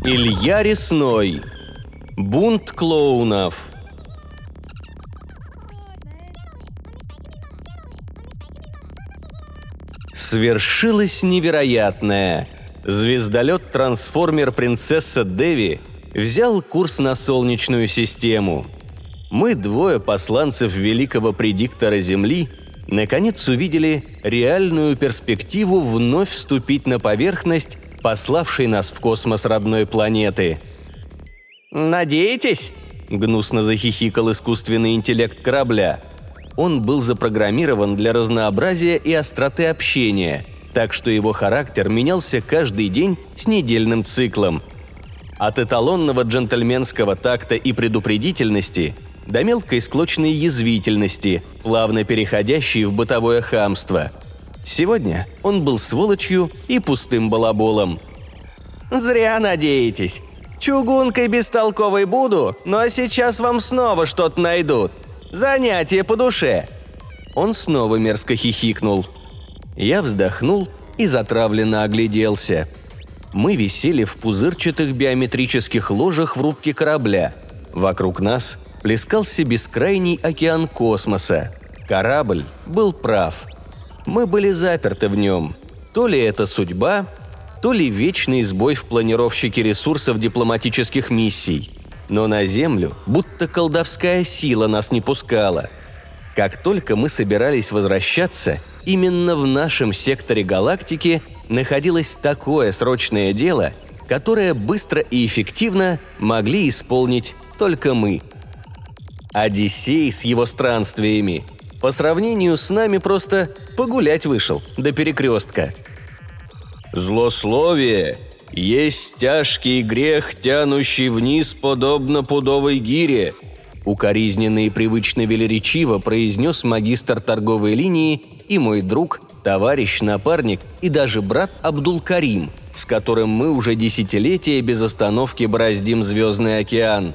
Илья Ресной. Бунт клоунов. Свершилось невероятное. Звездолет-трансформер «Принцесса Деви» взял курс на Солнечную систему. Мы, двое посланцев великого предиктора Земли, наконец увидели реальную перспективу вновь вступить на поверхность, пославшей нас в космос родной планеты. «Надеетесь?» – гнусно захихикал искусственный интеллект корабля. Он был запрограммирован для разнообразия и остроты общения, так что его характер менялся каждый день с недельным циклом. От эталонного джентльменского такта и предупредительности до мелкой склочной язвительности, плавно переходящей в бытовое хамство. Сегодня он был сволочью и пустым балаболом. «Зря надеетесь. Чугункой бестолковой буду, но сейчас вам снова что-то найдут. Занятие по душе». Он снова мерзко хихикнул. Я вздохнул и затравленно огляделся. Мы висели в пузырчатых биометрических ложах в рубке корабля. Вокруг нас плескался бескрайний океан космоса. Корабль был прав. Мы были заперты в нем. То ли это судьба, то ли вечный сбой в планировщике ресурсов дипломатических миссий. Но на Землю будто колдовская сила нас не пускала. Как только мы собирались возвращаться, именно в нашем секторе галактики находилось такое срочное дело, которое быстро и эффективно могли исполнить только мы. Одиссей с его странствиями по сравнению с нами просто погулять вышел до перекрестка. «Злословие есть тяжкий грех, тянущий вниз, подобно пудовой гире», укоризненно и привычно велеречиво произнес магистр торговой линии и мой друг, товарищ, напарник и даже брат Абдул-Карим, с которым мы уже десятилетия без остановки бороздим звездный океан.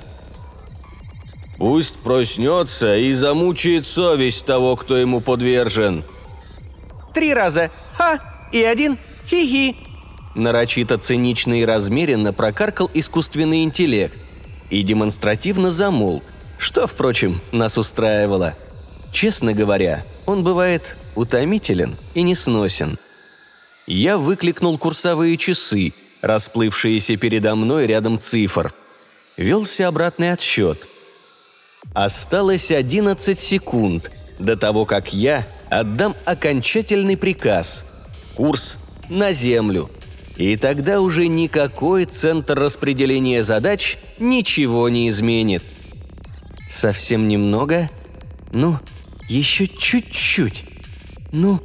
«Пусть проснется и замучает совесть того, кто ему подвержен». 3 раза «ха» и 1 «хи-хи». Нарочито цинично и размеренно прокаркал искусственный интеллект и демонстративно замолк, что, впрочем, нас устраивало. Честно говоря, он бывает утомителен и несносен. Я выкликнул курсовые часы, расплывшиеся передо мной рядом цифр. Велся обратный отсчет. Осталось 11 секунд до того, как я отдам окончательный приказ. Курс на Землю. И тогда уже никакой центр распределения задач ничего не изменит. Совсем немного. Ну, еще чуть-чуть. Ну.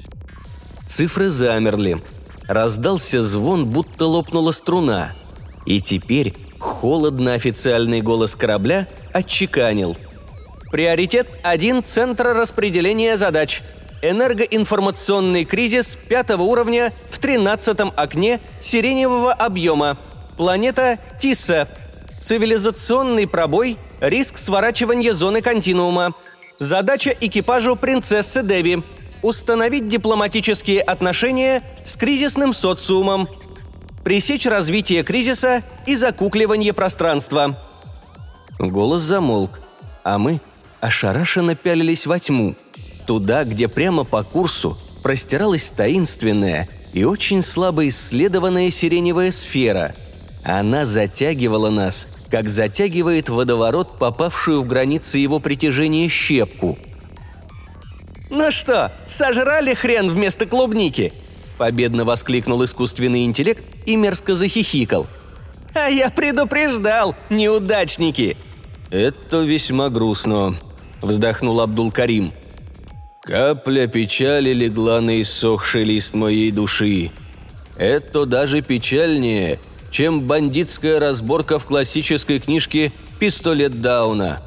Цифры замерли. Раздался звон, будто лопнула струна. И теперь холодно официальный голос корабля отчеканил. Приоритет 1 центра распределения задач. Энергоинформационный кризис 5 уровня в 13-м окне сиреневого объема. Планета Тисса. Цивилизационный пробой, риск сворачивания зоны континуума. Задача экипажу «Принцессы Деви» – установить дипломатические отношения с кризисным социумом. Пресечь развитие кризиса и закукливание пространства. Голос замолк, а мы ошарашенно пялились во тьму. Туда, где прямо по курсу простиралась таинственная и очень слабо исследованная сиреневая сфера. Она затягивала нас, как затягивает водоворот, попавшую в границы его притяжения щепку. «Ну что, сожрали хрен вместо клубники?» – победно воскликнул искусственный интеллект и мерзко захихикал. «А я предупреждал, неудачники!» «Это весьма грустно», – вздохнул Абдул-Карим. «Капля печали легла на иссохший лист моей души. Это даже печальнее, чем бандитская разборка в классической книжке «Пистолет Дауна».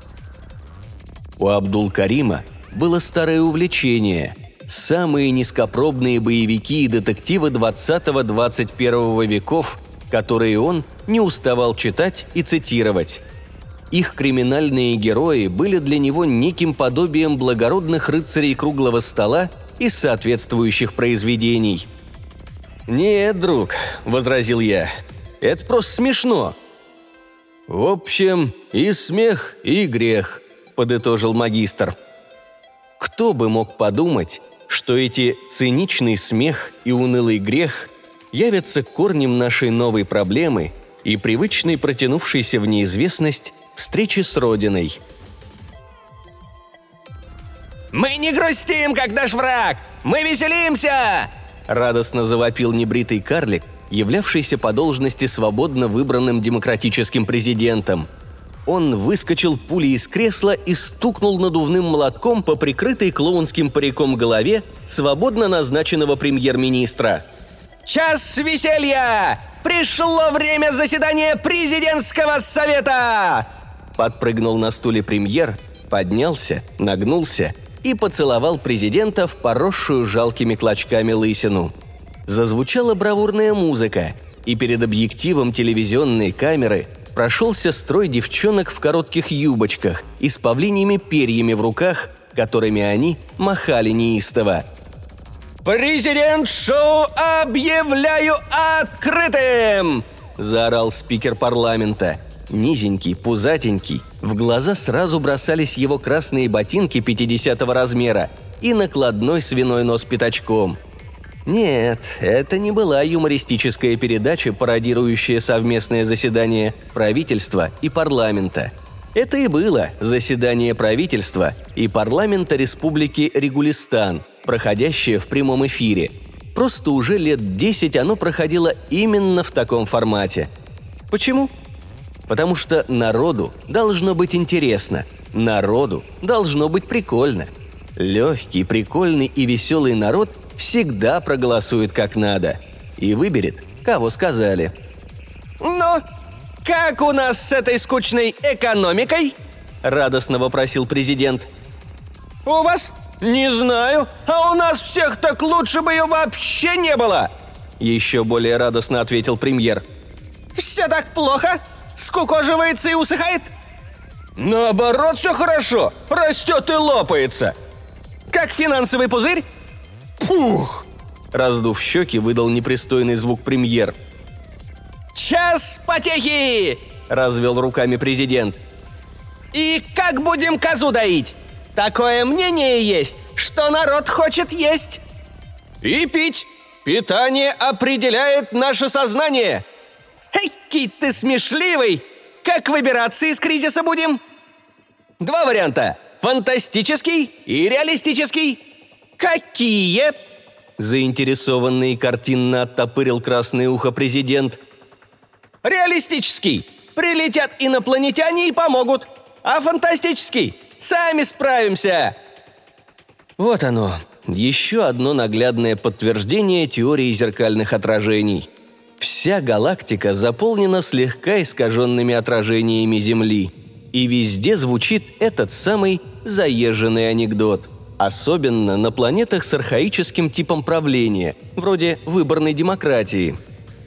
У Абдул-Карима было старое увлечение – самые низкопробные боевики и детективы 20-21 веков, которые он не уставал читать и цитировать. Их криминальные герои были для него неким подобием благородных рыцарей круглого стола из соответствующих произведений. «Нет, друг», – возразил я, – Это просто смешно». «В общем, и смех, и грех», – подытожил магистр. Кто бы мог подумать, что эти циничный смех и унылый грех явятся корнем нашей новой проблемы и привычной протянувшейся в неизвестность встречи с Родиной. «Мы не грустим, как наш враг! Мы веселимся!» – радостно завопил небритый карлик, являвшийся по должности свободно выбранным демократическим президентом. Он выскочил пулей из кресла и стукнул надувным молотком по прикрытой клоунским париком голове свободно назначенного премьер-министра. «Час веселья! Пришло время заседания президентского совета!» Подпрыгнул на стуле премьер, поднялся, нагнулся и поцеловал президента в поросшую жалкими клочками лысину. Зазвучала бравурная музыка, и перед объективом телевизионной камеры прошелся строй девчонок в коротких юбочках и с павлиньими перьями в руках, которыми они махали неистово. «Президент-шоу объявляю открытым!» – заорал спикер парламента. Низенький, пузатенький, в глаза сразу бросались его красные ботинки 50-го размера и накладной свиной нос пятачком. Нет, это не была юмористическая передача, пародирующая совместное заседание правительства и парламента. Это и было заседание правительства и парламента Республики Регулистан, проходящее в прямом эфире. Просто уже лет 10 оно проходило именно в таком формате. Почему? Потому что народу должно быть интересно, народу должно быть прикольно. Легкий, прикольный и веселый народ всегда проголосует как надо и выберет, кого сказали. «Ну, как у нас с этой скучной экономикой?» – радостно вопросил президент. «У вас? Не знаю. А у нас всех так лучше бы ее вообще не было!» – еще более радостно ответил премьер. «Все так плохо? Скукоживается и усыхает?» «Наоборот, все хорошо. Растет и лопается. Как финансовый пузырь?» «Пух!» – раздув щеки, выдал непристойный звук премьер. «Час потехи!» – развел руками президент. «И как будем козу доить? Такое мнение есть, что народ хочет есть!» «И пить! Питание определяет наше сознание!» «Экий ты смешливый! Как выбираться из кризиса будем?» «Два варианта – фантастический и реалистический!» «Какие?» – заинтересованный и картинно оттопырил красное ухо президент. «Реалистический. Прилетят инопланетяне и помогут. А фантастический. Сами справимся». Вот оно. Еще одно наглядное подтверждение теории зеркальных отражений. Вся галактика заполнена слегка искаженными отражениями Земли. И везде звучит этот самый заезженный анекдот. Особенно на планетах с архаическим типом правления, вроде выборной демократии.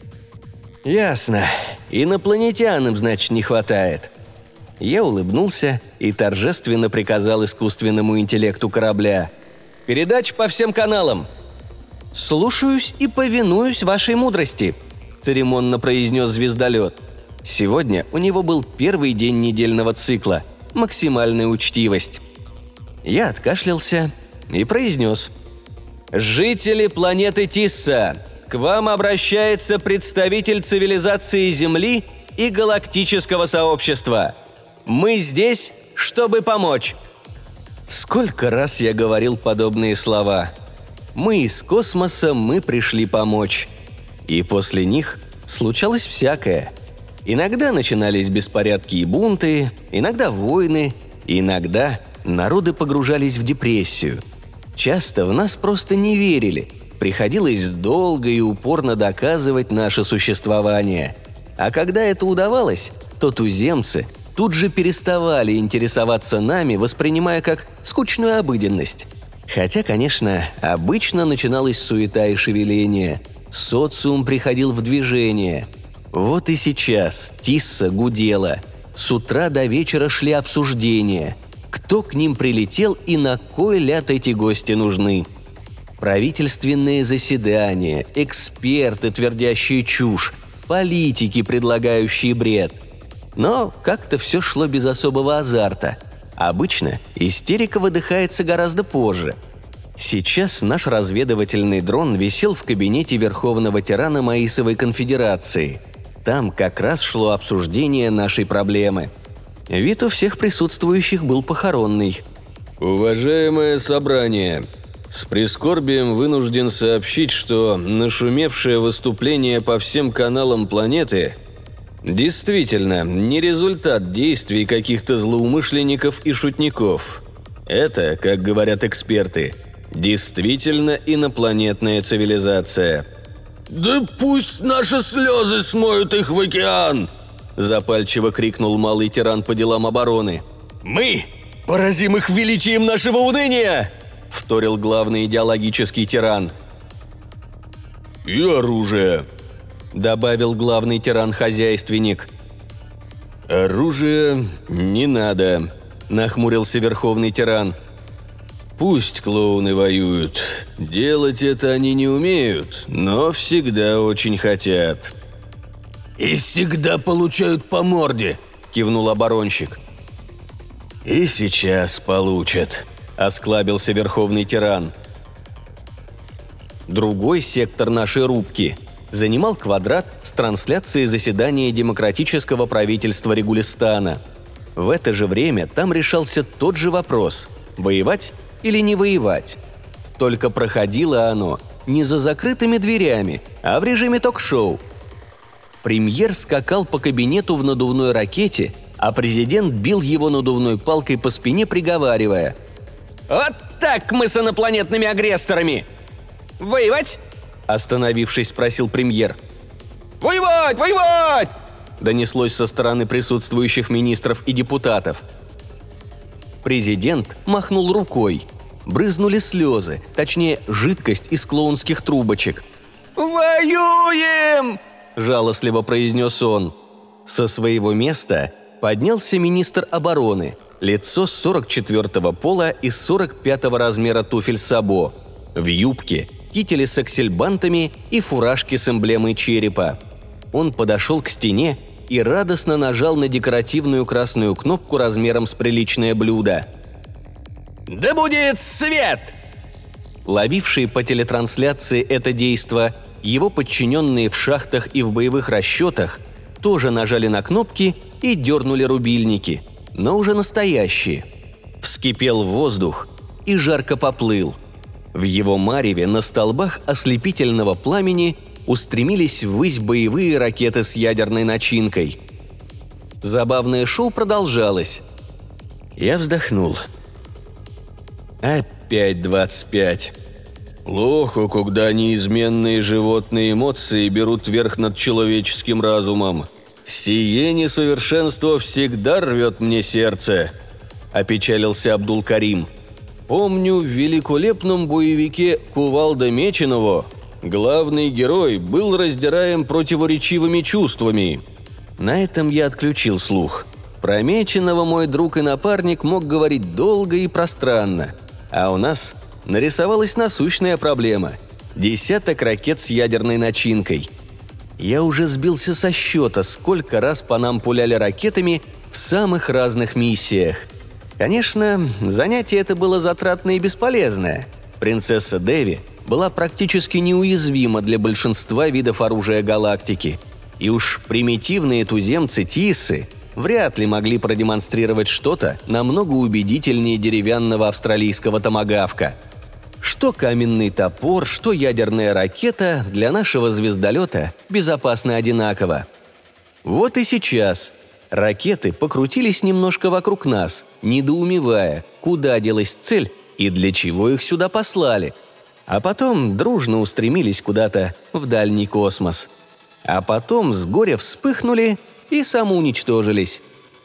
Ясно. Инопланетянам, значит, не хватает. Я улыбнулся и торжественно приказал искусственному интеллекту корабля. «Передача по всем каналам». «Слушаюсь и повинуюсь вашей мудрости», – церемонно произнес звездолет. Сегодня у него был первый день недельного цикла – максимальная учтивость. Я откашлялся и произнес. «Жители планеты Тисса, к вам обращается представитель цивилизации Земли и галактического сообщества. Мы здесь, чтобы помочь». Сколько раз я говорил подобные слова. Мы из космоса, мы пришли помочь. И после них случалось всякое. Иногда начинались беспорядки и бунты, иногда войны, иногда народы погружались в депрессию. Часто в нас просто не верили. Приходилось долго и упорно доказывать наше существование. А когда это удавалось, то туземцы тут же переставали интересоваться нами, воспринимая как скучную обыденность. Хотя, конечно, обычно начиналась суета и шевеление. Социум приходил в движение. Вот и сейчас Тисса гудела. С утра до вечера шли обсуждения. Кто к ним прилетел и на кой ляд эти гости нужны. Правительственные заседания, эксперты, твердящие чушь. политики, предлагающие бред. Но как-то все шло без особого азарта. Обычно истерика выдыхается гораздо позже. Сейчас наш разведывательный дрон висел в кабинете Верховного Тирана Маисовой Конфедерации. Там как раз шло обсуждение нашей проблемы. Вид у всех присутствующих был похоронный. «Уважаемое собрание, с прискорбием вынужден сообщить, что нашумевшее выступление по всем каналам планеты действительно не результат действий каких-то злоумышленников и шутников. Это, как говорят эксперты, действительно инопланетная цивилизация». «Да пусть наши слезы смоют их в океан!» – запальчиво крикнул малый тиран по делам обороны. «Мы поразим их величием нашего уныния!» – вторил главный идеологический тиран. «И оружие», – добавил главный тиран-хозяйственник. «Оружие не надо», – нахмурился верховный тиран. «Пусть клоуны воюют. Делать это они не умеют, но всегда очень хотят». «И всегда получают по морде», – кивнул оборонщик. «И сейчас получат», – осклабился верховный тиран. Другой сектор нашей рубки занимал квадрат с трансляцией заседания демократического правительства Регулистана. В это же время там решался тот же вопрос – воевать или не воевать. Только проходило оно не за закрытыми дверями, а в режиме ток-шоу. Премьер скакал по кабинету в надувной ракете, а президент бил его надувной палкой по спине, приговаривая: «Вот так мы с инопланетными агрессорами! Воевать?» – остановившись, спросил премьер. «Воевать! Воевать!» – донеслось со стороны присутствующих министров и депутатов. Президент махнул рукой. Брызнули слезы, точнее, жидкость из клоунских трубочек. «Воюем!» – жалостливо произнес он. Со своего места поднялся министр обороны, лицо 44-го пола и 45-го размера туфель Сабо, в юбке, кителе с аксельбантами и фуражке с эмблемой черепа. Он подошел к стене и радостно нажал на декоративную красную кнопку размером с приличное блюдо. «Да будет свет!» Ловившие по телетрансляции это действо, его подчиненные в шахтах и в боевых расчетах тоже нажали на кнопки и дернули рубильники, но уже настоящие. Вскипел воздух и жарко поплыл. В его мареве на столбах ослепительного пламени устремились ввысь боевые ракеты с ядерной начинкой. Забавное шоу продолжалось. Я вздохнул. Опять 25. Плохо, когда неизменные животные эмоции берут верх над человеческим разумом. Сие несовершенство всегда рвет мне сердце», – опечалился Абдул-Карим. «Помню, в великолепном боевике Кувалда Меченого главный герой был раздираем противоречивыми чувствами». На этом я отключил слух. Про Меченого мой друг и напарник мог говорить долго и пространно. А у нас нарисовалась насущная проблема – десяток ракет с ядерной начинкой. Я уже сбился со счета, сколько раз по нам пуляли ракетами в самых разных миссиях. Конечно, занятие это было затратное и бесполезное. Принцесса Деви была практически неуязвима для большинства видов оружия галактики. И уж примитивные туземцы Тиссы вряд ли могли продемонстрировать что-то намного убедительнее деревянного австралийского томагавка. Что каменный топор, что ядерная ракета для нашего звездолета безопасны одинаково. Вот и сейчас ракеты покрутились немножко вокруг нас, недоумевая, куда делась цель и для чего их сюда послали. А потом дружно устремились куда-то в дальний космос. А потом с горя вспыхнули и самоуничтожились.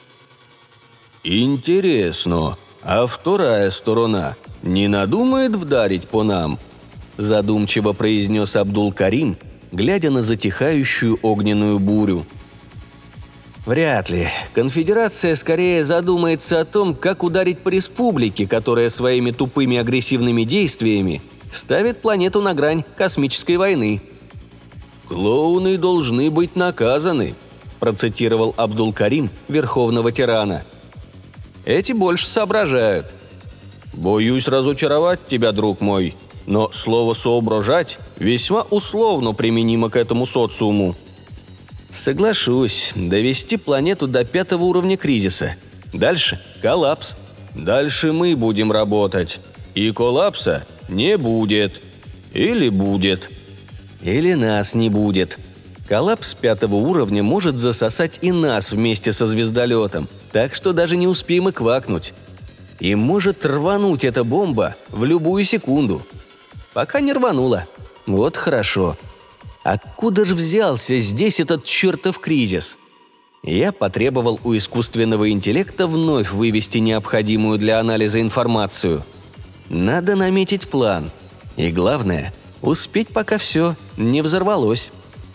«Интересно, а вторая сторона не надумает вдарить по нам?» – задумчиво произнес Абдул-Карим, глядя на затихающую огненную бурю. Вряд ли. Конфедерация скорее задумается о том, как ударить по республике, которая своими тупыми агрессивными действиями ставит планету на грань космической войны. клоуны должны быть наказаны», процитировал Абдул-Карим, верховного тирана. «Эти больше соображают». «Боюсь разочаровать тебя, друг мой, но слово «соображать» весьма условно применимо к этому социуму». «Соглашусь, довести планету до 5-го уровня кризиса. Дальше – коллапс. Дальше мы будем работать. И коллапса не будет. Или будет. Или нас не будет. Коллапс 5-го уровня может засосать и нас вместе со звездолетом, так что даже не успеем и квакнуть. И может рвануть эта бомба в любую секунду. Пока не рванула. Вот хорошо. Откуда же взялся здесь этот чертов кризис? Я потребовал у искусственного интеллекта вновь вывести необходимую для анализа информацию. Надо наметить план. И главное, успеть, пока все не взорвалось.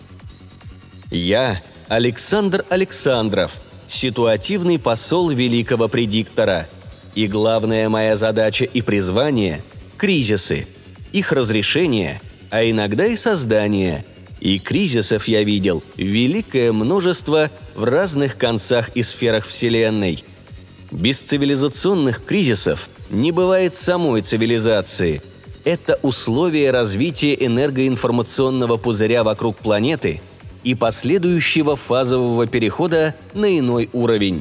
Я, Александр Александров, ситуативный посол великого предиктора. И главная моя задача и призвание – кризисы. Их разрешение, а иногда и создание. И кризисов я видел великое множество в разных концах и сферах Вселенной. Без цивилизационных кризисов не бывает самой цивилизации. Это условие развития энергоинформационного пузыря вокруг планеты и последующего фазового перехода на иной уровень.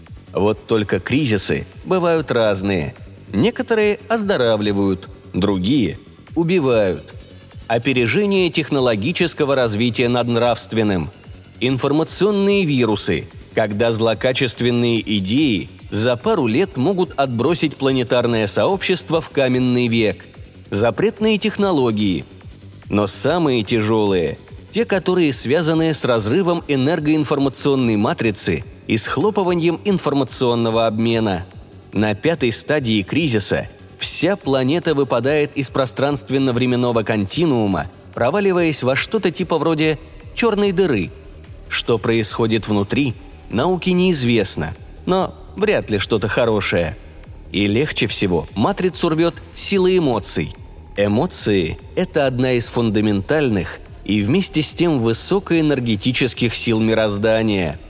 Вот только кризисы бывают разные. Некоторые оздоравливают, другие убивают. Опережение технологического развития над нравственным. Информационные вирусы, когда злокачественные идеи за пару лет могут отбросить планетарное сообщество в каменный век. Запретные технологии. Но самые тяжелые – те, которые связаны с разрывом энергоинформационной матрицы и схлопыванием информационного обмена. На 5-й стадии кризиса вся планета выпадает из пространственно-временного континуума, проваливаясь во что-то типа вроде черной дыры. Что происходит внутри, науке неизвестно, но вряд ли что-то хорошее. И легче всего матрицу рвет сила эмоций. Эмоции – это одна из фундаментальных и вместе с тем высокоэнергетических сил мироздания.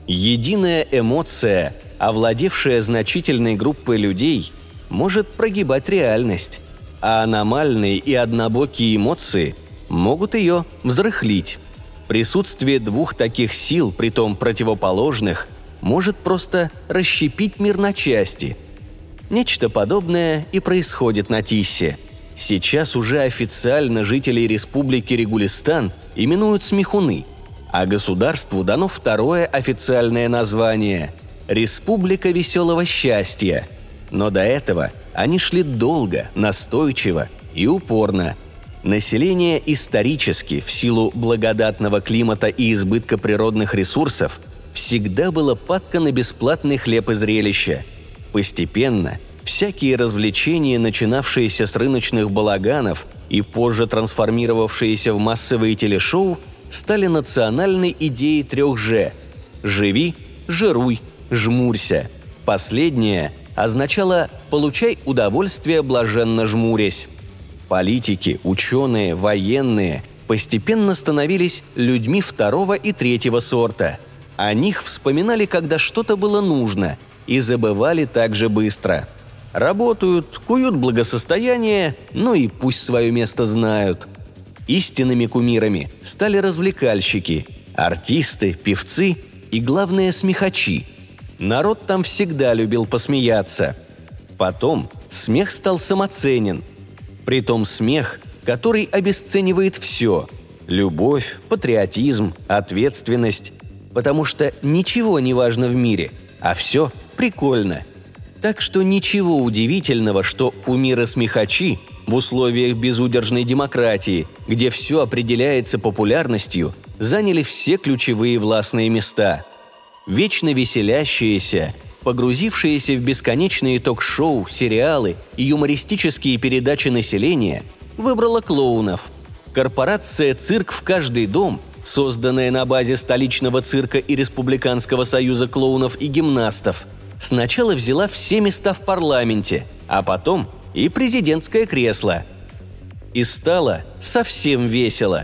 Единая эмоция, овладевшая значительной группой людей, может прогибать реальность, а аномальные и однобокие эмоции могут ее взрыхлить. Присутствие двух таких сил, притом противоположных, может просто расщепить мир на части. Нечто подобное и происходит на Тиссе. Сейчас уже официально жителей Республики Регулистан именуют смехуны, а государству дано второе официальное название – Республика Веселого Счастья. Но до этого они шли долго, настойчиво и упорно. Население исторически, в силу благодатного климата и избытка природных ресурсов, всегда было падко на бесплатный хлеб и зрелища. Постепенно всякие развлечения, начинавшиеся с рыночных балаганов и позже трансформировавшиеся в массовые телешоу, стали национальной идеей 3Ж – «Живи, жируй, жмурься». Последнее означало «получай удовольствие, блаженно жмурясь». Политики, ученые, военные постепенно становились людьми второго и третьего сорта. О них вспоминали, когда что-то было нужно, и забывали так же быстро. Работают, куют благосостояние, ну и пусть свое место знают. Истинными кумирами стали развлекальщики, артисты, певцы и, главное, смехачи. Народ там всегда любил посмеяться. Потом смех стал самоценен. Притом смех, который обесценивает все – любовь, патриотизм, ответственность. Потому что ничего не важно в мире, а все прикольно. Так что ничего удивительного, что кумиры-смехачи в условиях безудержной демократии, где все определяется популярностью, заняли все ключевые властные места. Вечно веселящиеся, погрузившиеся в бесконечные ток-шоу, сериалы и юмористические передачи населения, выбрала клоунов. Корпорация «Цирк в каждый дом», созданная на базе столичного цирка и Республиканского союза клоунов и гимнастов, сначала взяла все места в парламенте, а потом и президентское кресло. И стало совсем весело.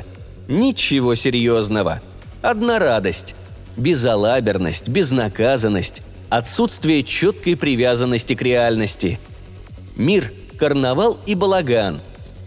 Ничего серьезного. Одна радость. Безалаберность, безнаказанность, отсутствие четкой привязанности к реальности. Мир, карнавал и балаган.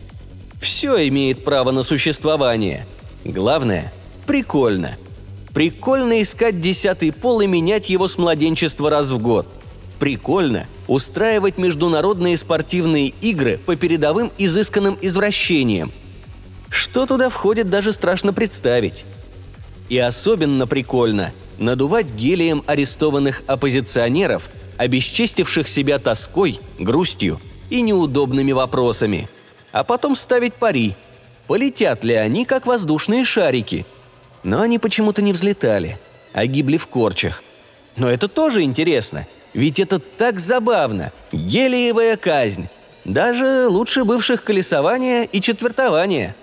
Все имеет право на существование. Главное – прикольно. Прикольно искать 10-й пол и менять его с младенчества раз в год. Прикольно устраивать международные спортивные игры по передовым изысканным извращениям. Что туда входит, даже страшно представить. И особенно прикольно надувать гелием арестованных оппозиционеров, обесчестивших себя тоской, грустью и неудобными вопросами. А потом ставить пари. Полетят ли они, как воздушные шарики? Но они почему-то не взлетали, а гибли в корчах. Но это тоже интересно, ведь это так забавно. Гелиевая казнь. Даже лучше бывших колесования и четвертования.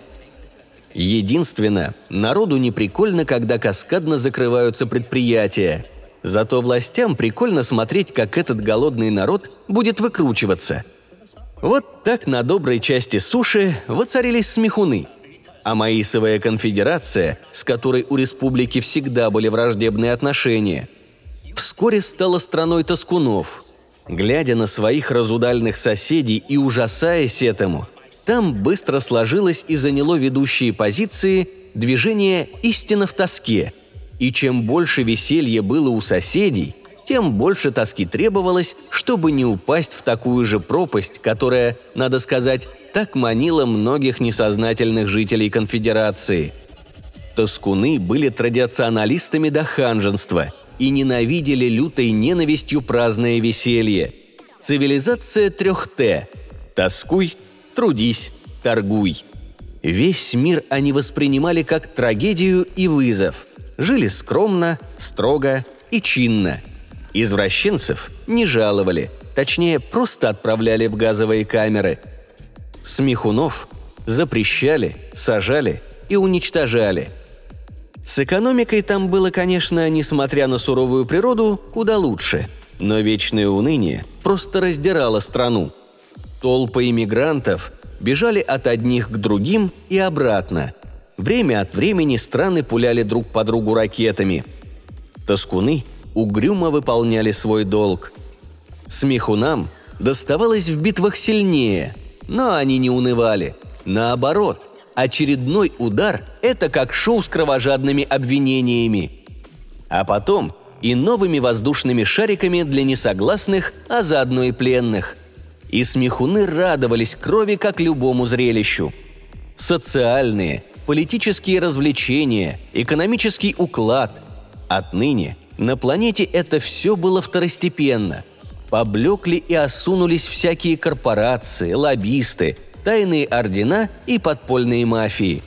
Единственно, народу не прикольно, когда каскадно закрываются предприятия. Зато властям прикольно смотреть, как этот голодный народ будет выкручиваться. Вот так на доброй части суши воцарились смехуны. А Маисовая конфедерация, с которой у республики всегда были враждебные отношения, вскоре стала страной тоскунов. Глядя на своих разудальных соседей и ужасаясь этому, там быстро сложилось и заняло ведущие позиции движение «Истина в тоске». И чем больше веселья было у соседей, тем больше тоски требовалось, чтобы не упасть в такую же пропасть, которая, надо сказать, так манила многих несознательных жителей конфедерации. Тоскуны были традиционалистами до ханженства и ненавидели лютой ненавистью праздное веселье. Цивилизация 3Т – тоскуй, трудись, торгуй. Весь мир они воспринимали как трагедию и вызов. Жили скромно, строго и чинно. Извращенцев не жаловали, точнее, просто отправляли в газовые камеры. Смехунов запрещали, сажали и уничтожали. С экономикой там было, конечно, несмотря на суровую природу, куда лучше. Но вечное уныние просто раздирало страну. Толпы иммигрантов бежали от одних к другим и обратно. Время от времени страны пуляли друг по другу ракетами. Тоскуны угрюмо выполняли свой долг. Смехунам доставалось в битвах сильнее, но они не унывали. Наоборот, очередной удар – это как шоу с кровожадными обвинениями. А потом и новыми воздушными шариками для несогласных, а заодно и пленных. И смехуны радовались крови как любому зрелищу. Социальные, политические развлечения, экономический уклад. Отныне на планете это все было второстепенно. Поблекли и осунулись всякие корпорации, лоббисты, тайные ордена и подпольные мафии.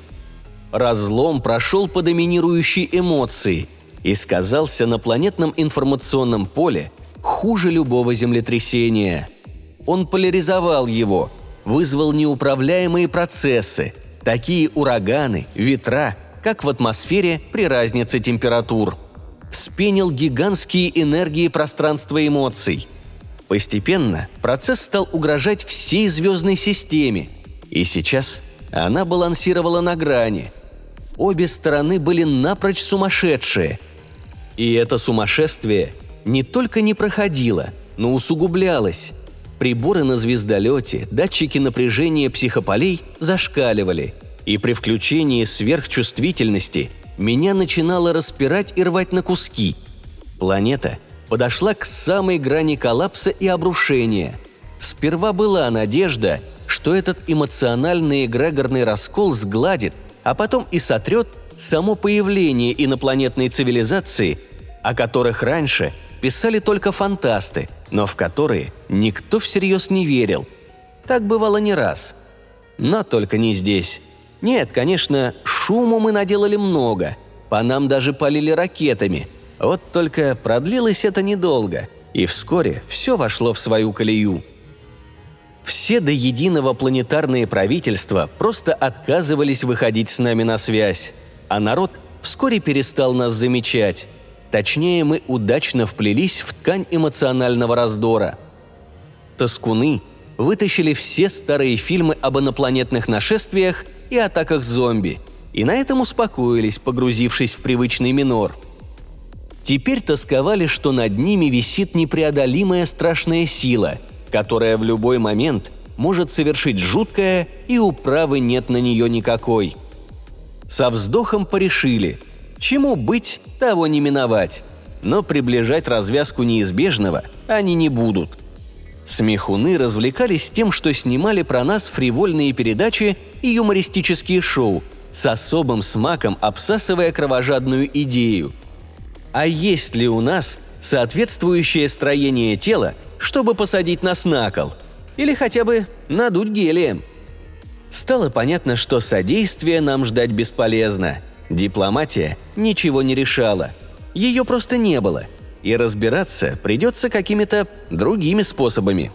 Разлом прошел по доминирующей эмоции и сказался на планетном информационном поле хуже любого землетрясения. Он поляризовал его, вызвал неуправляемые процессы, такие ураганы, ветра, как в атмосфере при разнице температур. Вспенил гигантские энергии пространства эмоций. Постепенно процесс стал угрожать всей звездной системе, и сейчас она балансировала на грани. Обе стороны были напрочь сумасшедшие. И это сумасшествие не только не проходило, но усугублялось. Приборы на звездолете, датчики напряжения психополей зашкаливали, и при включении сверхчувствительности меня начинало распирать и рвать на куски. Планета подошла к самой грани коллапса и обрушения. Сперва была надежда, что этот эмоциональный эгрегорный раскол сгладит, а потом и сотрет само появление инопланетной цивилизации, о которых раньше писали только фантасты, но в которые никто всерьез не верил. Так бывало не раз. Но только не здесь. Нет, конечно, шуму мы наделали много. По нам даже палили ракетами. Вот только продлилось это недолго, и вскоре все вошло в свою колею. Все до единого планетарные правительства просто отказывались выходить с нами на связь, а народ вскоре перестал нас замечать. Точнее, мы удачно вплелись в ткань эмоционального раздора. Тоскуны вытащили все старые фильмы об инопланетных нашествиях и атаках зомби. И на этом успокоились, погрузившись в привычный минор. Теперь тосковали, что над ними висит непреодолимая страшная сила, которая в любой момент может совершить жуткое, и управы нет на нее никакой. Со вздохом порешили, чему быть, того не миновать, но приближать развязку неизбежного они не будут. Смехуны развлекались тем, что снимали про нас фривольные передачи и юмористические шоу, с особым смаком обсасывая кровожадную идею. А есть ли у нас соответствующее строение тела, чтобы посадить нас на кол? Или хотя бы надуть гелием? Стало понятно, что содействия нам ждать бесполезно. Дипломатия ничего не решала. Ее просто не было. И разбираться придется какими-то другими способами.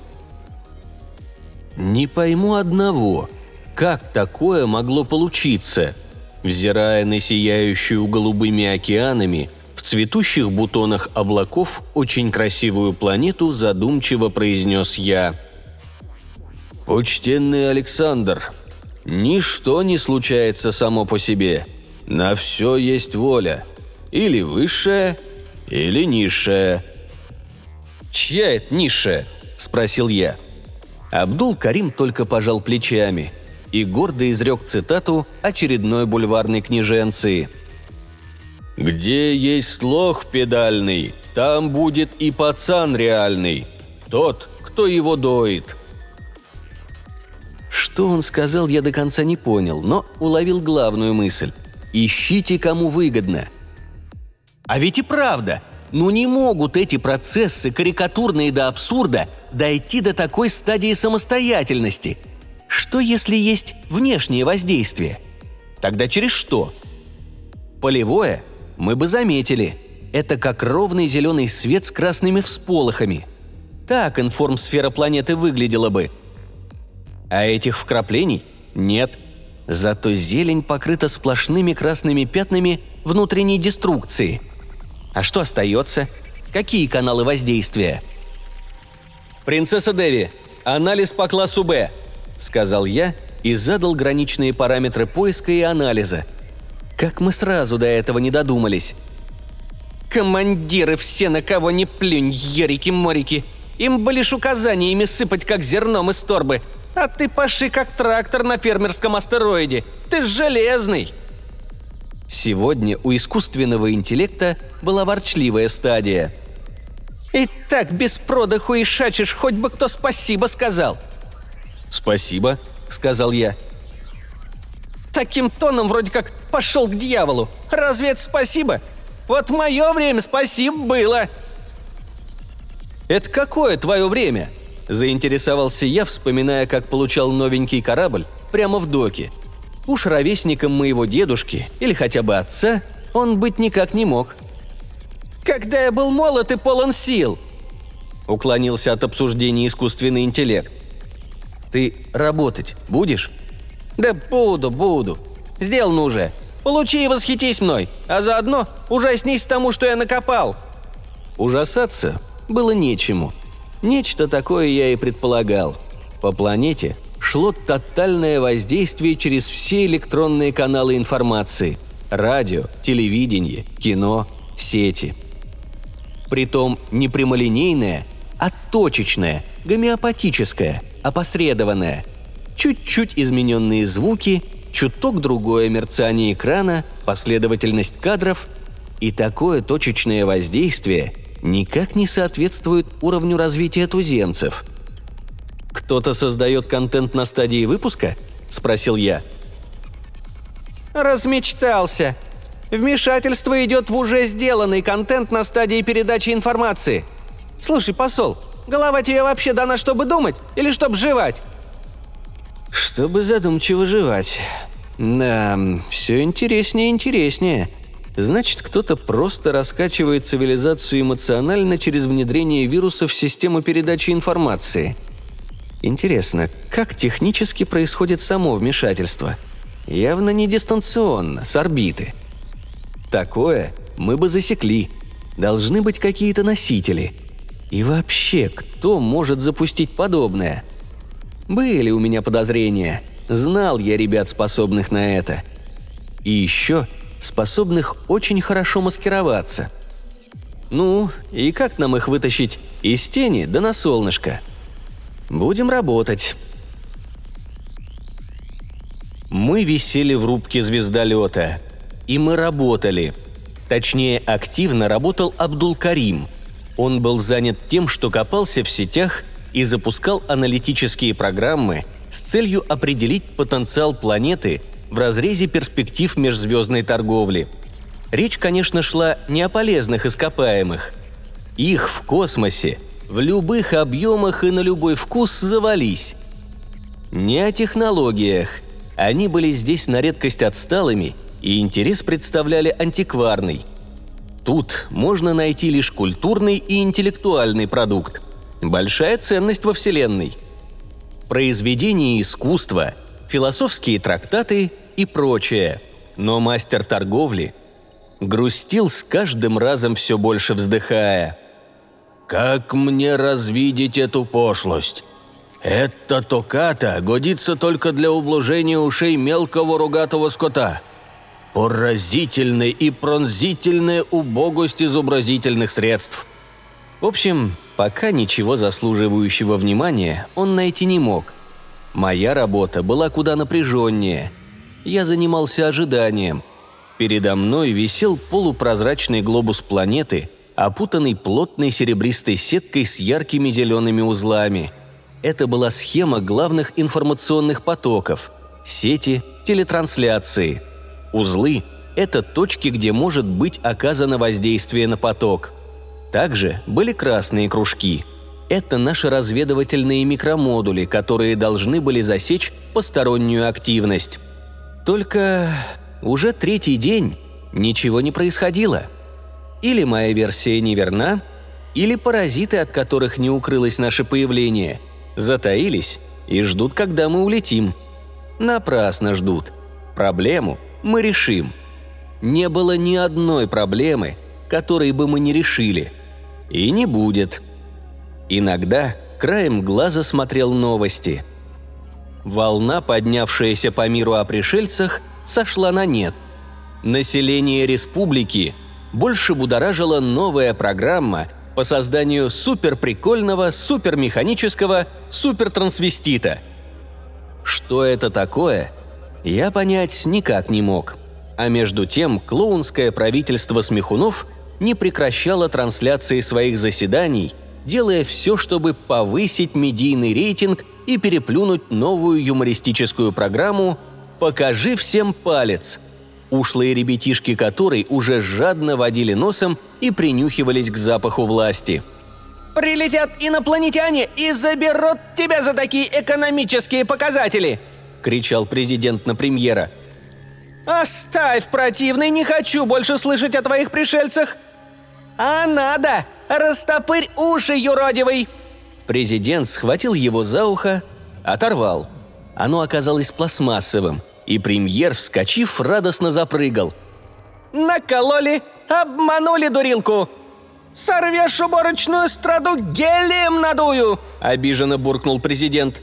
Не пойму одного. Как такое могло получиться? Взирая на сияющую голубыми океанами, в цветущих бутонах облаков очень красивую планету задумчиво произнес я. «Почтенный Александр, ничто не случается само по себе. На все есть воля. Или высшая, или низшая». «Чья это низшая?» – спросил я. Абдул-Карим только пожал плечами и гордо изрек цитату очередной бульварной книженции. «Где есть лох педальный, там будет и пацан реальный, тот, кто его доит». Что он сказал, я до конца не понял, но уловил главную мысль. Ищите, кому выгодно. А ведь и правда, не могут эти процессы, карикатурные до абсурда, дойти до такой стадии самостоятельности. Что если есть внешнее воздействие? Тогда через что? Полевое мы бы заметили. Это как ровный зеленый свет с красными всполохами. Так информсфера планеты выглядела бы. А этих вкраплений нет. Зато зелень покрыта сплошными красными пятнами внутренней деструкции. А что остается? Какие каналы воздействия? «Принцесса Деви, анализ по классу Б», — сказал я и задал граничные параметры поиска и анализа. Как мы сразу до этого не додумались. «Командиры все, на кого не плюнь, ерики-морики. Им бы лишь указаниями сыпать, как зерном из торбы. А ты паши, как трактор на фермерском астероиде. Ты ж железный!» Сегодня у искусственного интеллекта была ворчливая стадия. «И так без продыху и шачешь, хоть бы кто спасибо сказал». «Спасибо», — сказал я. «Таким тоном вроде как пошел к дьяволу. Разве это спасибо? Вот в мое время спасибо было». «Это какое твое время?» – заинтересовался я, вспоминая, как получал новенький корабль прямо в доке. Уж ровесником моего дедушки или хотя бы отца он быть никак не мог. «Когда я был молод и полон сил», – уклонился от обсуждения искусственный интеллект. «Ты работать будешь?» «Да буду. Сделано уже. Получи и восхитись мной, а заодно ужаснись тому, что я накопал». Ужасаться было нечему. Нечто такое я и предполагал. По планете шло тотальное воздействие через все электронные каналы информации – радио, телевидение, кино, сети. Притом не прямолинейное, а точечное, гомеопатическое, опосредованное. Чуть-чуть измененные звуки, чуток другое мерцание экрана, последовательность кадров, и такое точечное воздействие никак не соответствует уровню развития туземцев. «Кто-то создает контент на стадии выпуска?» – спросил я. «Размечтался. Вмешательство идет в уже сделанный контент на стадии передачи информации. Слушай, посол, голова тебе вообще дана, чтобы думать или чтобы жевать?» «Чтобы задумчиво жевать. Да, все интереснее и интереснее. Значит, кто-то просто раскачивает цивилизацию эмоционально через внедрение вирусов в систему передачи информации. Интересно, как технически происходит само вмешательство? Явно не дистанционно, с орбиты. Такое мы бы засекли. Должны быть какие-то носители. И вообще, кто может запустить подобное? Были у меня подозрения. Знал я ребят, способных на это. И еще способных очень хорошо маскироваться. Ну, и как нам их вытащить из тени да на солнышко? Будем работать. Мы висели в рубке звездолета. И мы работали. Точнее, активно работал Абдул-Карим. Он был занят тем, что копался в сетях и запускал аналитические программы с целью определить потенциал планеты в разрезе перспектив межзвездной торговли. Речь, конечно, шла не о полезных ископаемых. Их в космосе, в любых объемах и на любой вкус завались. Не о технологиях. Они были здесь на редкость отсталыми и интерес представляли антикварный. Тут можно найти лишь культурный и интеллектуальный продукт. Большая ценность во Вселенной. Произведения искусства, философские трактаты и прочее. Но мастер торговли грустил с каждым разом все больше вздыхая. «Как мне развидеть эту пошлость? Эта токата годится только для ублажения ушей мелкого рогатого скота. Поразительная и пронзительная убогость изобразительных средств». В общем, пока ничего заслуживающего внимания он найти не мог. Моя работа была куда напряженнее. Я занимался ожиданием. Передо мной висел полупрозрачный глобус планеты, опутанный плотной серебристой сеткой с яркими зелеными узлами. Это была схема главных информационных потоков – сети, телетрансляции. Узлы – это точки, где может быть оказано воздействие на поток. Также были красные кружки. Это наши разведывательные микромодули, которые должны были засечь постороннюю активность. Только уже третий день ничего не происходило. Или моя версия неверна, или паразиты, от которых не укрылось наше появление, затаились и ждут, когда мы улетим. Напрасно ждут. Проблему мы решим. Не было ни одной проблемы, которой бы мы не решили. И не будет. Иногда краем глаза смотрел новости. Волна, поднявшаяся по миру о пришельцах, сошла на нет. Население республики больше будоражила новая программа по созданию суперприкольного, супермеханического супертрансвестита. Что это такое, я понять никак не мог. А между тем клоунское правительство Смехунов не прекращало трансляции своих заседаний, делая все, чтобы повысить медийный рейтинг и переплюнуть новую юмористическую программу «Покажи всем палец», ушлые ребятишки которой уже жадно водили носом и принюхивались к запаху власти. «Прилетят инопланетяне и заберут тебя за такие экономические показатели!» – кричал президент на премьера. «Оставь, противный, не хочу больше слышать о твоих пришельцах!» «А надо! Растопырь уши, юродивый!» Президент схватил его за ухо, оторвал. Оно оказалось пластмассовым, и премьер, вскочив, радостно запрыгал. «Накололи! Обманули дурилку! Сорвешь уборочную страду, гелием надую!» – обиженно буркнул президент.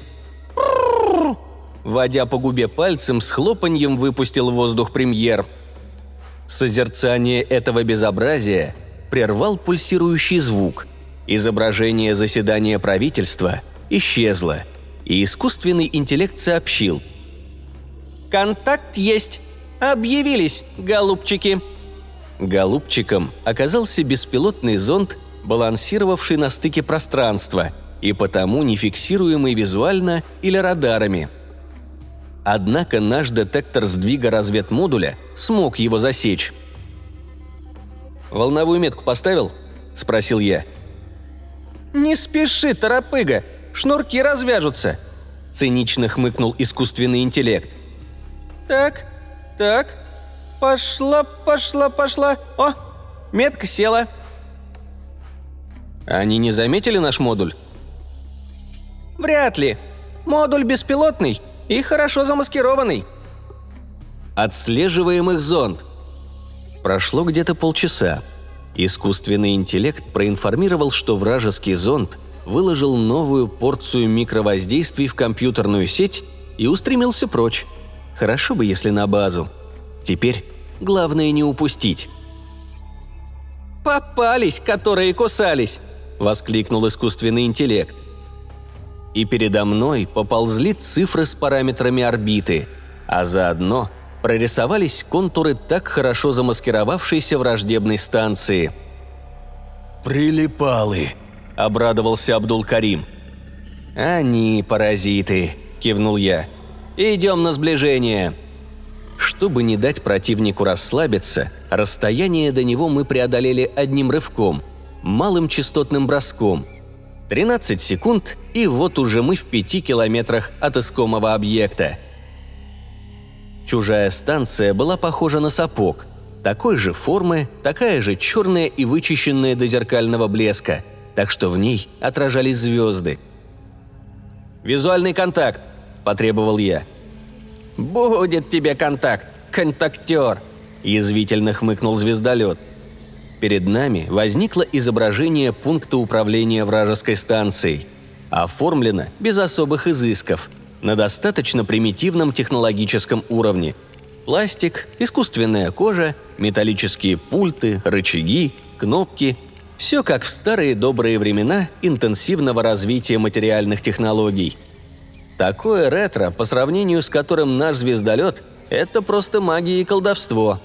Водя по губе пальцем, с хлопаньем выпустил в воздух премьер. Созерцание этого безобразия прервал пульсирующий звук. Изображение заседания правительства исчезло, и искусственный интеллект сообщил. «Контакт есть. Объявились, голубчики». Голубчиком оказался беспилотный зонд, балансировавший на стыке пространства и потому не фиксируемый визуально или радарами. Однако наш детектор сдвига разведмодуля смог его засечь. «Волновую метку поставил?» – спросил я. «Не спеши, торопыга, шнурки развяжутся», – цинично хмыкнул искусственный интеллект. «Так, пошла. О, метка села». «Они не заметили наш модуль?» «Вряд ли. Модуль беспилотный и хорошо замаскированный». «Отслеживаем их зонд». Прошло где-то полчаса. Искусственный интеллект проинформировал, что вражеский зонд выложил новую порцию микровоздействий в компьютерную сеть и устремился прочь. Хорошо бы, если на базу. Теперь главное не упустить. «Попались, которые кусались!» – воскликнул искусственный интеллект. И передо мной поползли цифры с параметрами орбиты, а заодно прорисовались контуры так хорошо замаскировавшейся враждебной станции. «Прилипалы!» – обрадовался Абдул-Карим. «Они паразиты», – кивнул я. «Идем на сближение». Чтобы не дать противнику расслабиться, расстояние до него мы преодолели одним рывком, малым частотным броском. 13 секунд, и вот уже мы в 5 километрах от искомого объекта. Чужая станция была похожа на сапог. Такой же формы, такая же черная и вычищенная до зеркального блеска, так что в ней отражались звезды. «Визуальный контакт», – потребовал я. «Будет тебе контакт, контактер», – язвительно хмыкнул звездолет. Перед нами возникло изображение пункта управления вражеской станцией. Оформлено без особых изысков, на достаточно примитивном технологическом уровне. Пластик, искусственная кожа, металлические пульты, рычаги, кнопки – все как в старые добрые времена интенсивного развития материальных технологий. Такое ретро, по сравнению с которым наш звездолет – это просто магия и колдовство.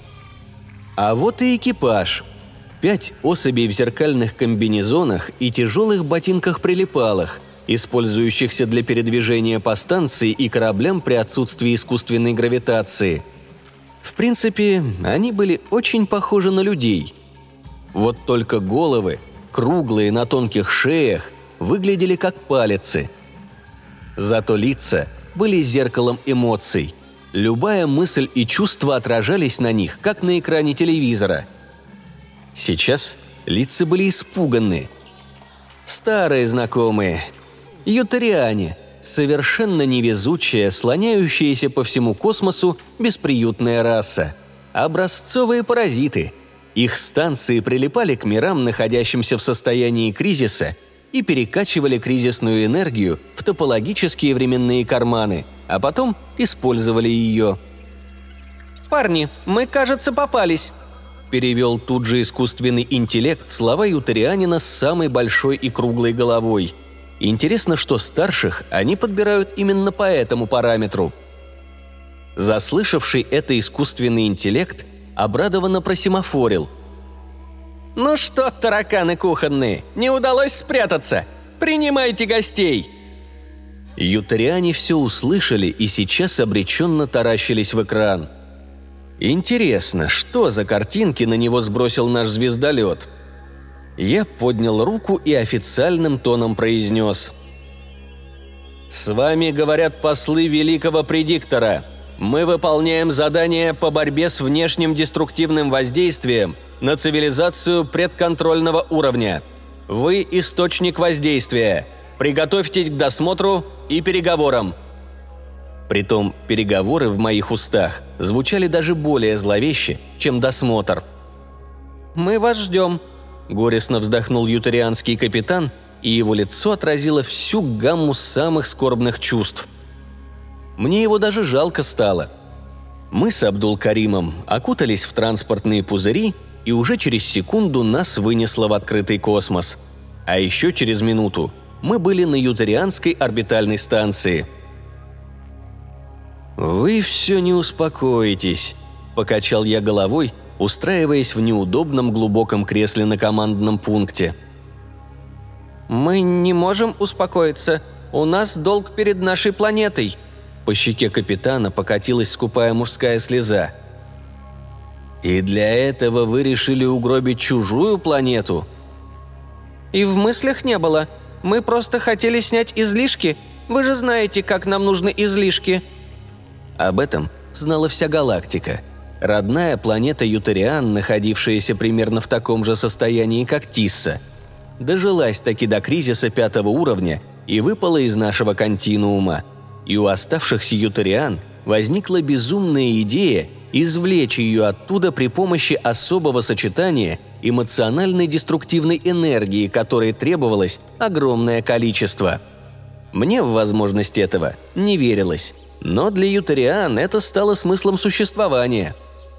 А вот и экипаж. 5 особей в зеркальных комбинезонах и тяжелых ботинках-прилипалах, использующихся для передвижения по станции и кораблям при отсутствии искусственной гравитации. В принципе, они были очень похожи на людей. Вот только головы, круглые на тонких шеях, выглядели как палицы. Зато лица были зеркалом эмоций. Любая мысль и чувство отражались на них, как на экране телевизора. Сейчас лица были испуганные. Старые знакомые. Ютариане, совершенно невезучая, слоняющаяся по всему космосу бесприютная раса. Образцовые паразиты. Их станции прилипали к мирам, находящимся в состоянии кризиса, и перекачивали кризисную энергию в топологические временные карманы, а потом использовали ее. «Парни, мы, кажется, попались», – перевел тут же искусственный интеллект слова ютарианина с самой большой и круглой головой. Интересно, что старших они подбирают именно по этому параметру. Заслышавший это искусственный интеллект обрадованно просимофорил. «Ну что, тараканы кухонные, не удалось спрятаться? Принимайте гостей!» Ютариане все услышали и сейчас обреченно таращились в экран. Интересно, что за картинки на него сбросил наш звездолет? Я поднял руку и официальным тоном произнес. «С вами говорят послы Великого Предиктора. Мы выполняем задание по борьбе с внешним деструктивным воздействием на цивилизацию предконтрольного уровня. Вы – источник воздействия. Приготовьтесь к досмотру и переговорам». Притом переговоры в моих устах звучали даже более зловеще, чем досмотр. «Мы вас ждем», – горестно вздохнул ютарианский капитан, и его лицо отразило всю гамму самых скорбных чувств. Мне его даже жалко стало. Мы с Абдул-Каримом окутались в транспортные пузыри, и уже через секунду нас вынесло в открытый космос. А еще через минуту мы были на ютарианской орбитальной станции. «Вы все не успокоитесь», – покачал я головой, устраиваясь в неудобном глубоком кресле на командном пункте. «Мы не можем успокоиться. У нас долг перед нашей планетой». По щеке капитана покатилась скупая мужская слеза. «И для этого вы решили угробить чужую планету?» «И в мыслях не было. Мы просто хотели снять излишки. Вы же знаете, как нам нужны излишки». Об этом знала вся галактика. Родная планета Ютариан, находившаяся примерно в таком же состоянии, как Тисса, дожилась таки до кризиса 5-го уровня и выпала из нашего континуума. И у оставшихся ютариан возникла безумная идея извлечь ее оттуда при помощи особого сочетания эмоциональной деструктивной энергии, которой требовалось огромное количество. Мне в возможность этого не верилось. Но для ютариан это стало смыслом существования.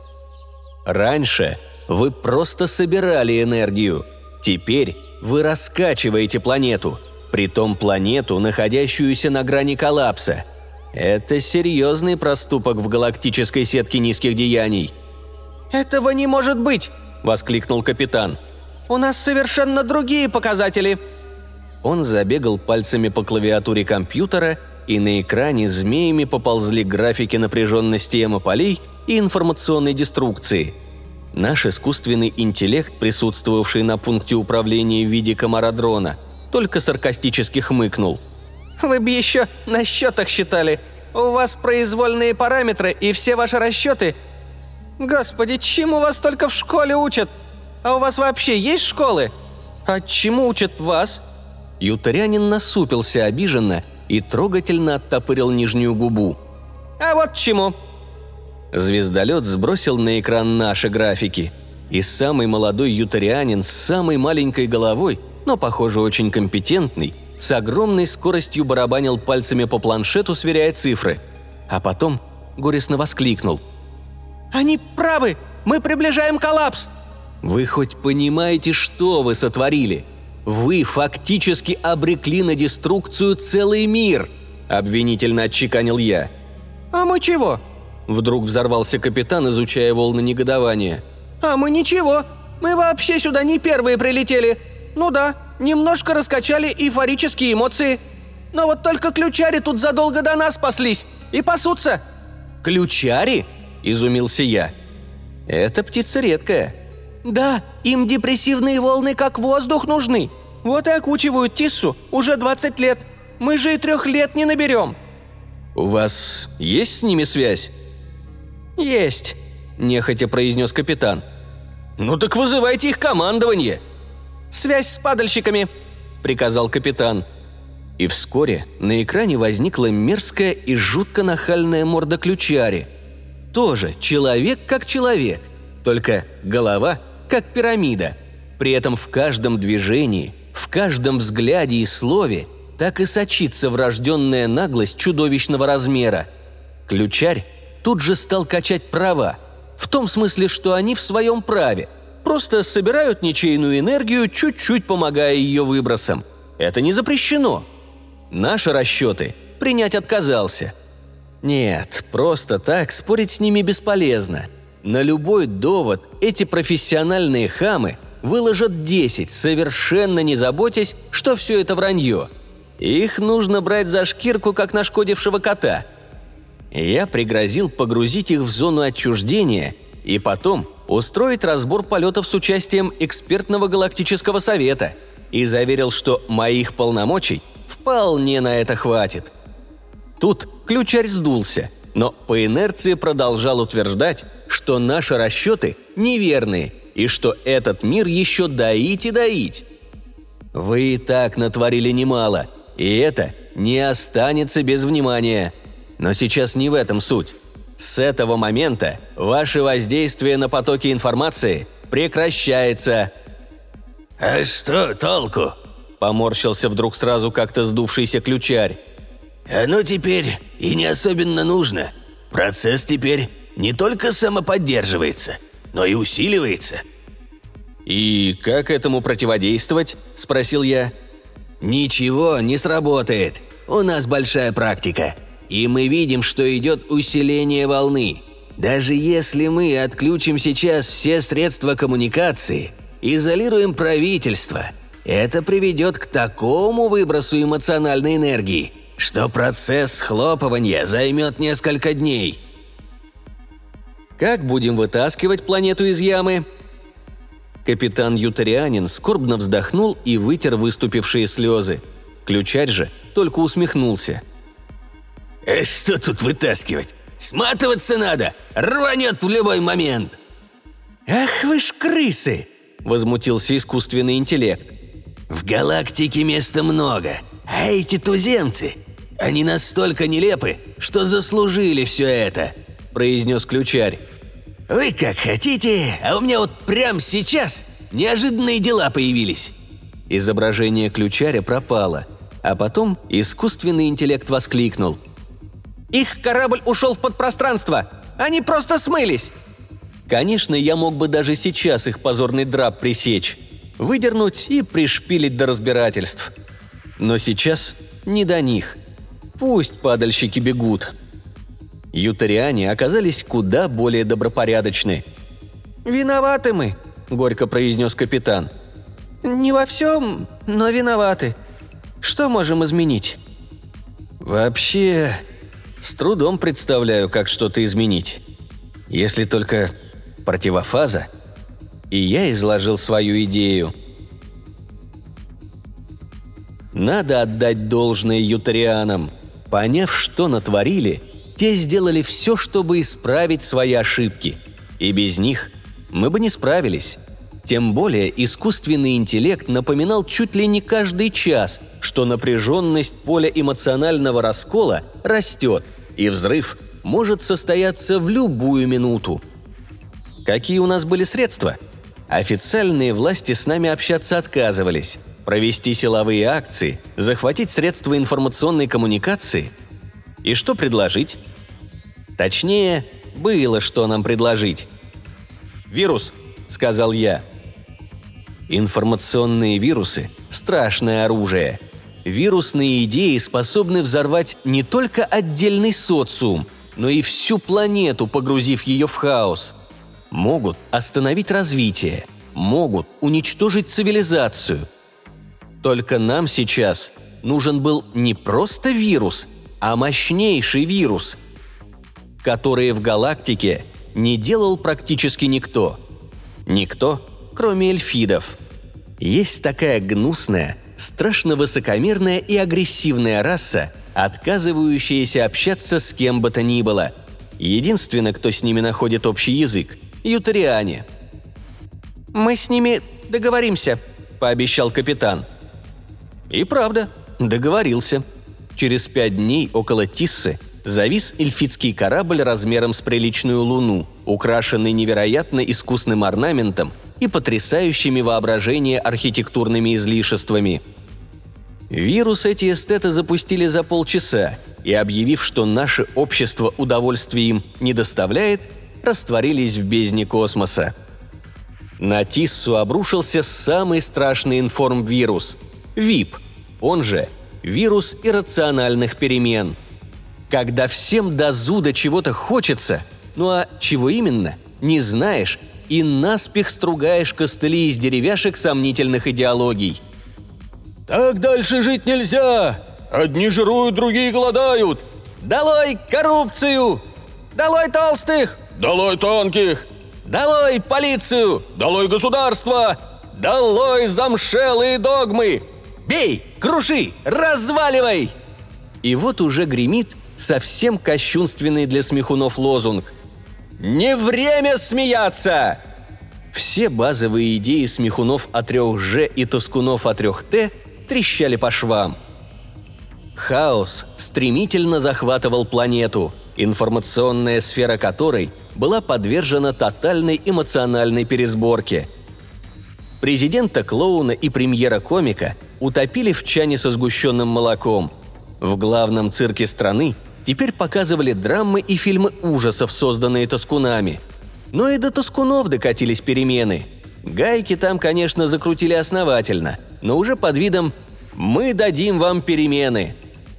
Раньше вы просто собирали энергию. Теперь вы раскачиваете планету. Притом планету, находящуюся на грани коллапса. Это серьезный проступок в галактической сетке низких деяний. «Этого не может быть!» – воскликнул капитан. «У нас совершенно другие показатели!» Он забегал пальцами по клавиатуре компьютера, и на экране змеями поползли графики напряженности эмополей и информационной деструкции. Наш искусственный интеллект, присутствовавший на пункте управления в виде комара-дрона, только саркастически хмыкнул. «Вы бы еще на счетах считали. У вас произвольные параметры и все ваши расчеты. Господи, чему вас только в школе учат? А у вас вообще есть школы? А чему учат вас?» Ютарянин насупился обиженно и трогательно оттопырил нижнюю губу. «А вот чему!» Звездолет сбросил на экран наши графики. И самый молодой ютарианин с самой маленькой головой, но, похоже, очень компетентный, с огромной скоростью барабанил пальцами по планшету, сверяя цифры. А потом горестно воскликнул. «Они правы! Мы приближаем коллапс!» «Вы хоть понимаете, что вы сотворили? Вы фактически обрекли на деструкцию целый мир!» – обвинительно отчеканил я. «А мы чего?» – вдруг взорвался капитан, изучая волны негодования. «А мы ничего. Мы вообще сюда не первые прилетели. Ну да, немножко раскачали эйфорические эмоции. Но вот только ключари тут задолго до нас паслись и пасутся». «Ключари?» – изумился я. «Это птица редкая». «Да, им депрессивные волны как воздух нужны. Вот и окучивают Тиссу уже 20 лет. Мы же и 3 лет не наберем». «У вас есть с ними связь?» «Есть», – нехотя произнес капитан. «Ну так вызывайте их командование». «Связь с падальщиками», – приказал капитан. И вскоре на экране возникла мерзкая и жутко нахальная морда ключари. Тоже человек как человек, только голова как пирамида. При этом в каждом движении, в каждом взгляде и слове так и сочится врожденная наглость чудовищного размера. Ключарь тут же стал качать права, в том смысле, что они в своем праве, просто собирают ничейную энергию, чуть-чуть помогая ее выбросам. Это не запрещено. Наши расчеты принять отказался. Нет, просто так спорить с ними бесполезно. На любой довод эти профессиональные хамы выложат 10, совершенно не заботясь, что все это вранье. Их нужно брать за шкирку, как нашкодившего кота. Я пригрозил погрузить их в зону отчуждения и потом устроить разбор полетов с участием экспертного галактического совета и заверил, что моих полномочий вполне на это хватит. Тут ключарь сдулся, но по инерции продолжал утверждать, что наши расчеты неверные и что этот мир еще доить и доить. Вы и так натворили немало, и это не останется без внимания. Но сейчас не в этом суть. С этого момента ваше воздействие на потоки информации прекращается. «А что толку?» – поморщился вдруг сразу как-то сдувшийся ключарь. «Оно теперь и не особенно нужно. Процесс теперь не только самоподдерживается, но и усиливается». «И как этому противодействовать?» – спросил я. «Ничего не сработает. У нас большая практика. И мы видим, что идет усиление волны. Даже если мы отключим сейчас все средства коммуникации, изолируем правительство, это приведет к такому выбросу эмоциональной энергии, что процесс схлопывания займет несколько дней». «Как будем вытаскивать планету из ямы?» Капитан Ютарианин скорбно вздохнул и вытер выступившие слезы. Ключарь же только усмехнулся. «Что тут вытаскивать? Сматываться надо! Рванет в любой момент!» «Ах вы ж крысы!» – возмутился искусственный интеллект. «В галактике места много, а эти туземцы, они настолько нелепы, что заслужили все это», – произнес ключарь. «Вы как хотите, а у меня вот прямо сейчас неожиданные дела появились». Изображение ключаря пропало, а потом искусственный интеллект воскликнул. Их корабль ушел в подпространство! Они просто смылись!» Конечно, я мог бы даже сейчас их позорный драп пресечь, выдернуть и пришпилить до разбирательств. Но сейчас не до них. Пусть падальщики бегут. Ютариане оказались куда более добропорядочны. «Виноваты мы», — горько произнес капитан. «Не во всем, но виноваты. Что можем изменить?» Вообще, с трудом представляю, как что-то изменить. Если только противофаза. И я изложил свою идею. Надо отдать должное ютарианам. Поняв, что натворили, те сделали все, чтобы исправить свои ошибки. И без них мы бы не справились. Тем более искусственный интеллект напоминал чуть ли не каждый час, что напряженность поля эмоционального раскола растет, и взрыв может состояться в любую минуту. Какие у нас были средства? Официальные власти с нами общаться отказывались. Провести силовые акции, захватить средства информационной коммуникации. И что предложить? Точнее, было что нам предложить. «Вирус», — сказал я. Информационные вирусы – страшное оружие. Вирусные идеи способны взорвать не только отдельный социум, но и всю планету, погрузив ее в хаос. Могут остановить развитие, могут уничтожить цивилизацию. Только нам сейчас нужен был не просто вирус, а мощнейший вирус, который в галактике не делал практически никто. Никто, кроме эльфидов. Есть такая гнусная, страшно высокомерная и агрессивная раса, отказывающаяся общаться с кем бы то ни было. Единственное, кто с ними находит общий язык – ютариане. «Мы с ними договоримся», – пообещал капитан. И правда, договорился. Через 5 дней около Тиссы завис эльфидский корабль размером с приличную луну, украшенный невероятно искусным орнаментом и потрясающими воображение архитектурными излишествами. Вирус эти эстеты запустили за полчаса и, объявив, что наше общество удовольствия им не доставляет, растворились в бездне космоса. На Тиссу обрушился самый страшный информвирус – ВИП, он же вирус иррациональных перемен. Когда всем до зуда чего-то хочется, ну а чего именно, не знаешь и наспех стругаешь костыли из деревяшек сомнительных идеологий. «Так дальше жить нельзя! Одни жируют, другие голодают! «Долой коррупцию! Долой толстых! Долой тонких! Долой полицию! Долой государство! Долой замшелые догмы! Бей, круши, разваливай!» И вот уже гремит совсем кощунственный для смехунов лозунг. «Не время смеяться!» Все базовые идеи смехунов о 3G и тоскунов о 3T трещали по швам. Хаос стремительно захватывал планету, информационная сфера которой была подвержена тотальной эмоциональной пересборке. Президента-клоуна и премьера-комика утопили в чане со сгущенным молоком. В главном цирке страны теперь показывали драмы и фильмы ужасов, созданные тоскунами. Но и до тоскунов докатились перемены. Гайки там, конечно, закрутили основательно, но уже под видом «мы дадим вам перемены».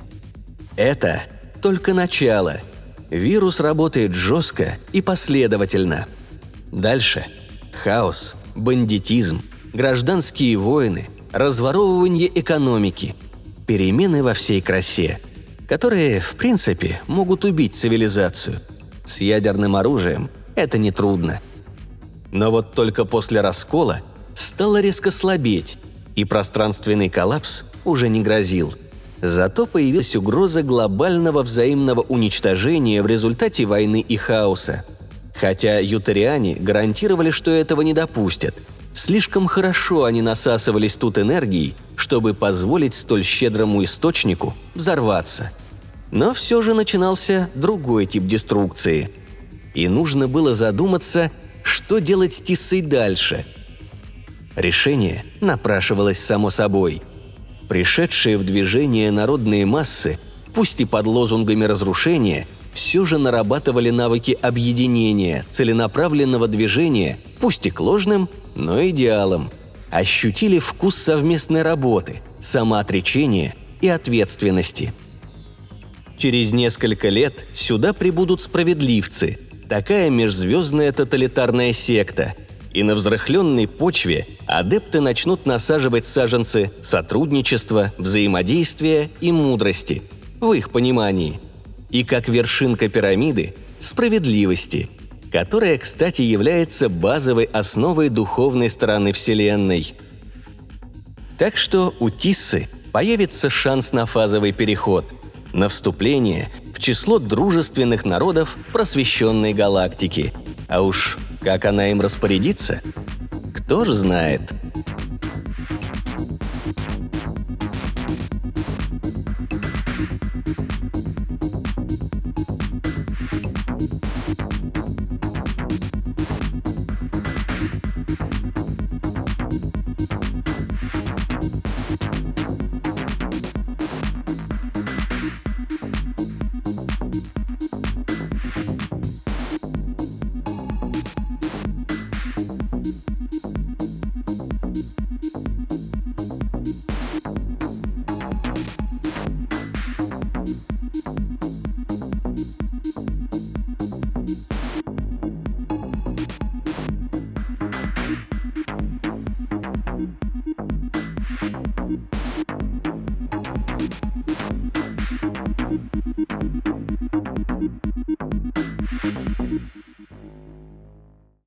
Это только начало. Вирус работает жестко и последовательно. Дальше – хаос, бандитизм, гражданские войны, разворовывание экономики, перемены во всей красе, которые, в принципе, могут убить цивилизацию. С ядерным оружием это нетрудно. Но вот только после раскола стало резко слабеть, и пространственный коллапс уже не грозил. Зато появилась угроза глобального взаимного уничтожения в результате войны и хаоса. Хотя ютариане гарантировали, что этого не допустят. Слишком хорошо они насасывались тут энергией, чтобы позволить столь щедрому источнику взорваться. Но все же начинался другой тип деструкции. И нужно было задуматься, что делать с Тиссой дальше. Решение напрашивалось само собой. Пришедшие в движение народные массы пусть и под лозунгами разрушения, все же нарабатывали навыки объединения, целенаправленного движения, пусть и к ложным, но идеалам. Ощутили вкус совместной работы, самоотречения и ответственности. Через несколько лет сюда прибудут справедливцы, такая межзвездная тоталитарная секта, и на взрыхленной почве адепты начнут насаживать саженцы сотрудничества, взаимодействия и мудрости, в их понимании. И как вершинка пирамиды – справедливости, которая, кстати, является базовой основой духовной стороны Вселенной. Так что у Тиссы появится шанс на фазовый переход, на вступление в число дружественных народов просвещенной галактики. А уж как она им распорядится, кто ж знает –